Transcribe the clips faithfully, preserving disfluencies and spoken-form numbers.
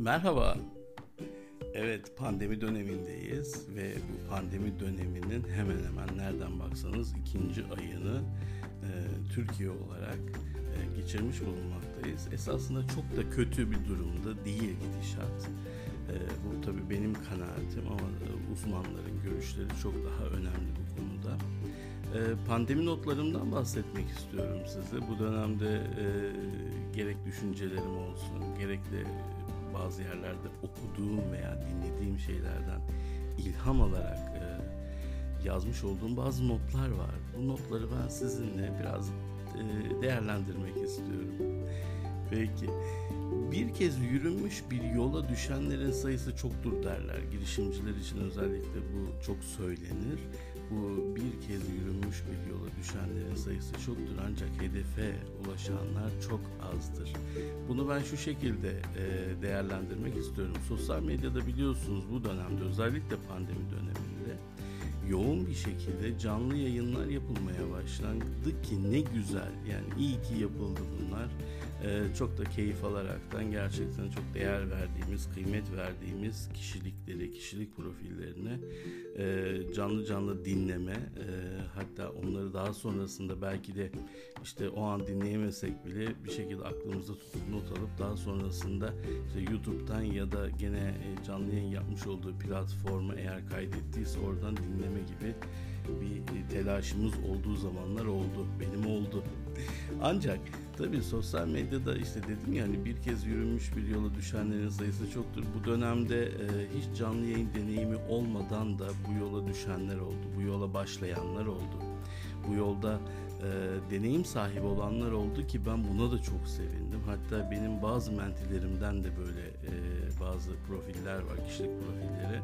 Merhaba. Evet, pandemi dönemindeyiz ve bu pandemi döneminin hemen hemen nereden baksanız ikinci ayını e, Türkiye olarak e, geçirmiş bulunmaktayız. Esasında çok da kötü bir durumda değil gidişat. E, bu tabii benim kanaatim ama e, uzmanların görüşleri çok daha önemli bu konuda. E, pandemi notlarımdan bahsetmek istiyorum size. Bu dönemde e, gerek düşüncelerim olsun, gerek de bazı yerlerde okuduğum veya dinlediğim şeylerden ilham alarak e, yazmış olduğum bazı notlar var. Bu notları ben sizinle biraz e, değerlendirmek istiyorum. Peki, bir kez yürünmüş bir yola düşenlerin sayısı çoktur derler. Girişimciler için özellikle bu çok söylenir. Bu bir kez yürünmüş bir yola düşenlerin sayısı çoktur ancak hedefe ulaşanlar çok azdır. Bunu ben şu şekilde e, değerlendirmek istiyorum. Sosyal medyada biliyorsunuz bu dönemde, özellikle pandemi döneminde yoğun bir şekilde canlı yayınlar yapılmaya başlandı ki ne güzel, yani iyi ki yapıldı bunlar. Ee, çok da keyif alaraktan gerçekten çok değer verdiğimiz, kıymet verdiğimiz kişilikleri, kişilik profillerini e, canlı canlı dinleme, e, hatta onları daha sonrasında belki de işte o an dinleyemesek bile bir şekilde aklımızda tutup not alıp daha sonrasında işte YouTube'dan ya da gene canlı yayın yapmış olduğu platformu eğer kaydettiyse oradan dinleme gibi bir telaşımız olduğu zamanlar oldu. Benim oldu. Ancak tabii sosyal medyada işte dedim ya, hani bir kez yürünmüş bir yola düşenlerin sayısı çoktur. Bu dönemde e, hiç canlı yayın deneyimi olmadan da bu yola düşenler oldu. Bu yola başlayanlar oldu. Bu yolda e, deneyim sahibi olanlar oldu ki ben buna da çok sevindim. Hatta benim bazı mentilerimden de böyle e, bazı profiller var, kişilik profilleri.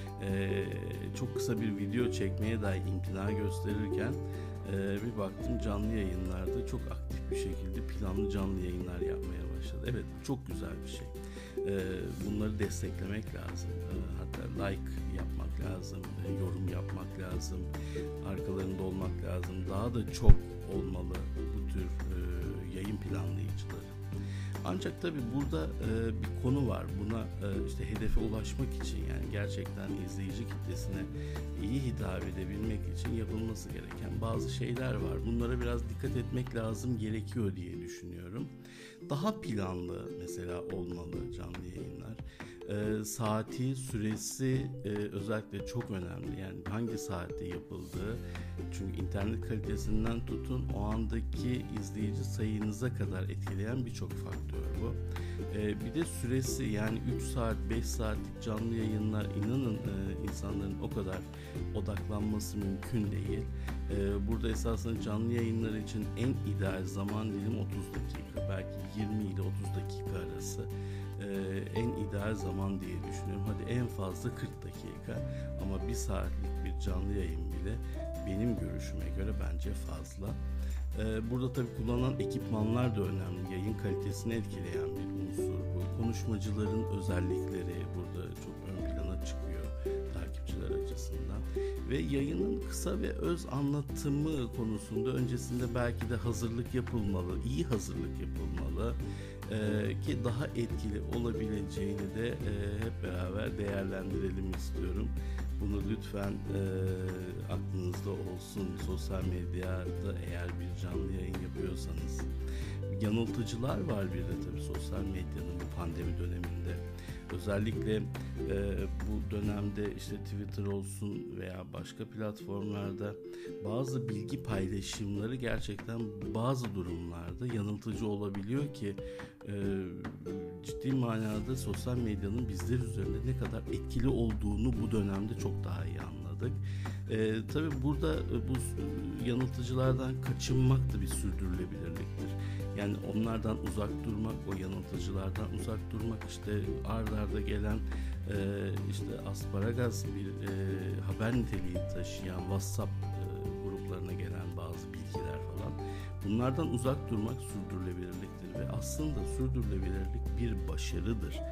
E, çok kısa bir video çekmeye dahi imtina gösterirken Ee, bir baktım canlı yayınlarda çok aktif bir şekilde planlı canlı yayınlar yapmaya başladı. Evet, bu çok güzel bir şey. Ee, bunları desteklemek lazım. Ee, hatta like yapmak lazım, e, yorum yapmak lazım, arkalarında olmak lazım. Daha da çok olmalı bu tür e, yayın planlayıcıları. Ancak tabii burada e, bir konu var. Buna e, işte hedefe ulaşmak için, yani gerçekten izleyici kitlesine iyi hitap edebilmek için yapılması gereken bazı şeyler var. Bunlara biraz dikkat etmek lazım, gerekiyor diye düşünüyorum. Daha planlı mesela olmalı canlı yayınlar. E, saati, süresi e, özellikle çok önemli. Yani hangi saatte yapıldığı. Çünkü internet kalitesinden tutun o andaki izleyici sayınıza kadar etkileyen birçok faktör bu. Ee, bir de süresi, yani üç saat beş saatlik canlı yayınlar, inanın e, insanların o kadar odaklanması mümkün değil. Ee, burada esasında canlı yayınlar için en ideal zaman dilimi otuz dakika, belki yirmi ile otuz dakika arası. Ee, en ideal zaman diye düşünüyorum. Hadi en fazla kırk dakika, ama bir saatlik bir canlı yayın bile benim görüşüme göre bence fazla. Ee, burada tabii kullanılan ekipmanlar da önemli. Yayın kalitesini etkileyen bir unsur bu. Konuşmacıların özellikleri burada çok ön plana çıkıyor takipçiler açısından. Ve yayının kısa ve öz anlatımı konusunda öncesinde belki de hazırlık yapılmalı, iyi hazırlık yapılmalı. Ee, ki daha etkili olabileceğini de e, hep beraber değerlendirelim istiyorum. Bunu lütfen e, aklınızda olsun. Sosyal medyada eğer bir canlı yayın yapıyorsanız. Yanıltıcılar var bir de tabii sosyal medyanın bu pandemi döneminde. Özellikle e, bu dönemde işte Twitter olsun veya başka platformlarda bazı bilgi paylaşımları gerçekten bazı durumlarda yanıltıcı olabiliyor ki e, ciddi manada sosyal medyanın bizler üzerinde ne kadar etkili olduğunu bu dönemde çok daha iyi anladık. E, tabii burada bu yanıltıcılardan kaçınmak da bir sürdürülebilirliktir. Yani onlardan uzak durmak, o yanıltıcılardan uzak durmak, işte ard arda gelen e, işte asparagas bir e, haber niteliği taşıyan WhatsApp e, gruplarına gelen bazı bilgiler falan, bunlardan uzak durmak sürdürülebilirliktir ve aslında sürdürülebilirlik bir başarıdır.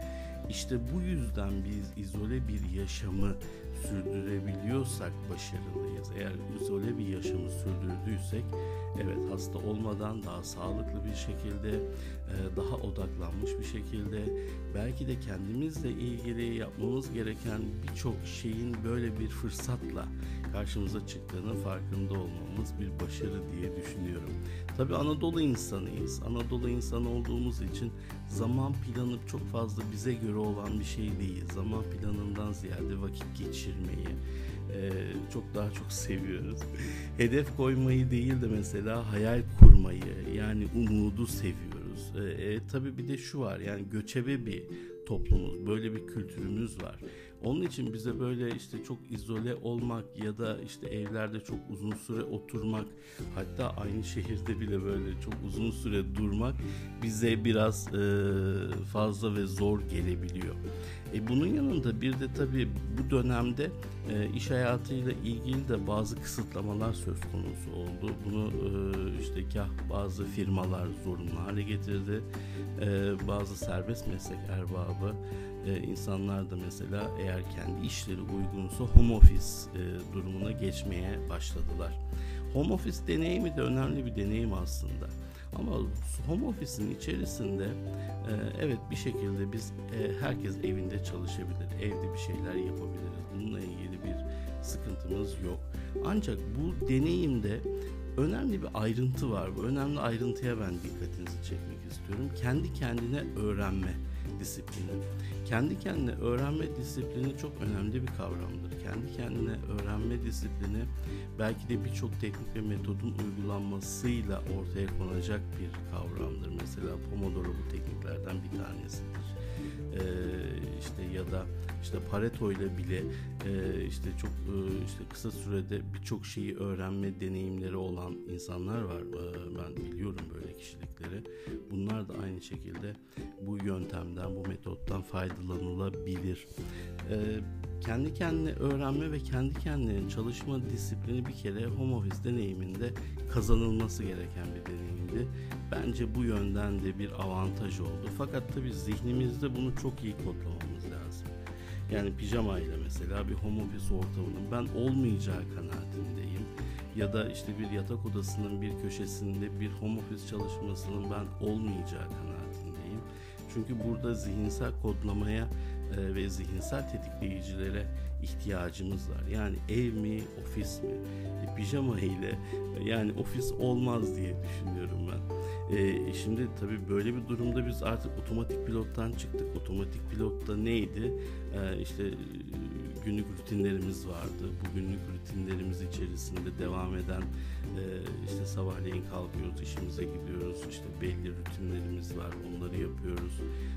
İşte bu yüzden biz izole bir yaşamı sürdürebiliyorsak başarılıyız. Eğer izole bir yaşamı sürdürdüysek, evet, hasta olmadan daha sağlıklı bir şekilde, daha odaklanmış bir şekilde, belki de kendimizle ilgili yapmamız gereken birçok şeyin böyle bir fırsatla karşımıza çıktığının farkında olmamız bir başarı diye düşünüyorum. Tabii Anadolu insanıyız. Anadolu insanı olduğumuz için zaman planı çok fazla bize göre olan bir şey değil. Zaman planından ziyade vakit geçirmeyi e, çok daha çok seviyoruz. Hedef koymayı değil de mesela hayal kurmayı, yani umudu seviyoruz. E, e, tabii bir de şu var, yani göçebe bir toplumuz, böyle bir kültürümüz var. Onun için bize böyle işte çok izole olmak ya da işte evlerde çok uzun süre oturmak, hatta aynı şehirde bile böyle çok uzun süre durmak bize biraz e, fazla ve zor gelebiliyor. E bunun yanında bir de tabii bu dönemde e, iş hayatıyla ilgili de bazı kısıtlamalar söz konusu oldu. Bunu e, işte kah bazı firmalar zorunlu hale getirdi, e, bazı serbest meslek erbabı e, insanlar da mesela eğer kendi işleri uygunsa home office e, durumuna geçmeye başladılar. Home office deneyimi de önemli bir deneyim aslında. Ama home office'in içerisinde e, evet bir şekilde biz e, herkes evinde çalışabilir, evde bir şeyler yapabiliriz. Bununla ilgili bir sıkıntımız yok. Ancak bu deneyimde önemli bir ayrıntı var. Bu önemli ayrıntıya ben dikkatinizi çekmek istiyorum. Kendi kendine öğrenme disiplini. Kendi kendine öğrenme disiplini çok önemli bir kavramdır. Kendi kendine öğrenme disiplini belki de birçok teknik ve metodun uygulanmasıyla ortaya konacak bir kavramdır. Mesela Pomodoro bu tekniklerden bir tanesidir. Ee, işte ya da işte Pareto ile bile e, işte çok e, işte kısa sürede birçok şeyi öğrenme deneyimleri olan insanlar var. E, ben biliyorum böyle kişilikleri. Bunlar da aynı şekilde bu yöntemden, bu metottan faydalanılabilir. E, kendi kendine öğrenme ve kendi kendine çalışma disiplini bir kere home office deneyiminde kazanılması gereken bir deneyimdi. Bence bu yönden de bir avantaj oldu. Fakat tabii zihnimizde bunu çok iyi kodlamamız lazım. Yani pijama ile mesela bir home office ortamının ben olmayacağı kanaatindeyim. Ya da işte bir yatak odasının bir köşesinde bir home office çalışmasının ben olmayacağı kanaatindeyim. Çünkü burada zihinsel kodlamaya e, ve zihinsel tetikleyicilere ihtiyacımız var. Yani ev mi, ofis mi? E, pijama ile yani ofis olmaz diye düşünüyorum ben. E, şimdi tabii böyle bir durumda biz artık otomatik pilottan çıktık. Otomatik pilotta neydi? E, işte günlük rutinlerimiz vardı. Bu günlük rutinlerimiz içerisinde devam eden e, işte sabahleyin kalkıyoruz, işimize gidiyoruz. İşte belli rutinlerimiz var. Onları yapıyoruz.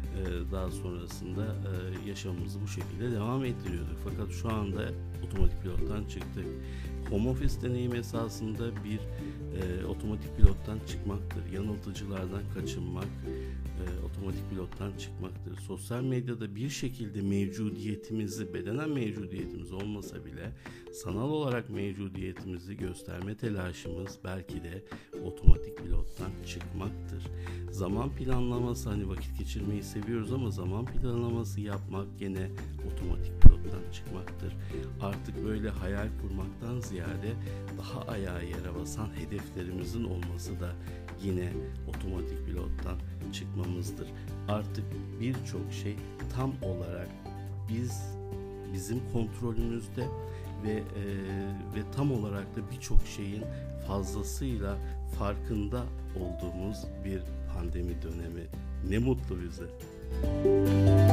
E, daha sonrasında e, yaşamımızı bu şekilde devam ettiriyorduk. Fakat şu anda otomatik pilottan çıktık. Home office deneyim esasında bir e, otomatik pilottan çıkmaktır. Yanıltıcılardan kaçınmak, e, otomatik pilottan çıkmaktır. Sosyal medyada bir şekilde mevcudiyetimizi, bedenen mevcudiyetimiz olmasa bile sanal olarak mevcudiyetimizi gösterme telaşımız belki de otomatik pilottan çıkmaktır. Zaman planlaması, hani vakit geçirmeyi seviyoruz ama zaman planlaması yapmak gene otomatik pilottan çıkmaktır. Artık böyle hayal kurmaktan ziyade daha ayağa yere basan hedeflerimizin olması da yine otomatik pilottan çıkmamızdır. Artık birçok şey tam olarak biz bizim kontrolümüzde ve e, ve tam olarak da birçok şeyin fazlasıyla farkında olduğumuz bir pandemi dönemi. Ne mutlu bize.